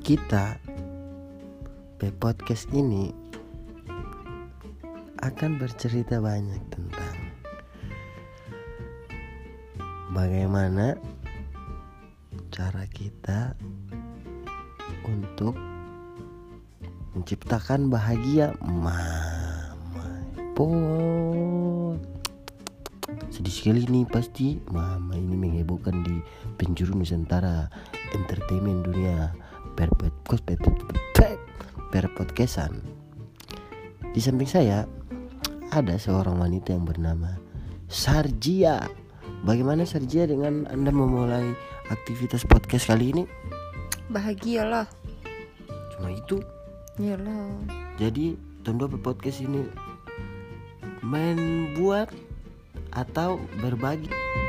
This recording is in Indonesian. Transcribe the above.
Kita podcast ini akan bercerita banyak tentang bagaimana cara kita untuk menciptakan bahagia. Sedih sekali nih pasti mama ini menghebohkan di penjuru Nusantara entertainment dunia podcastan. Di samping saya ada seorang wanita yang bernama Sarjia. Bagaimana Sarjia dengan Anda memulai aktivitas podcast kali ini? Bahagialah. Cuma itu? Iyalah. Jadi Tondo podcast ini membuat atau berbagi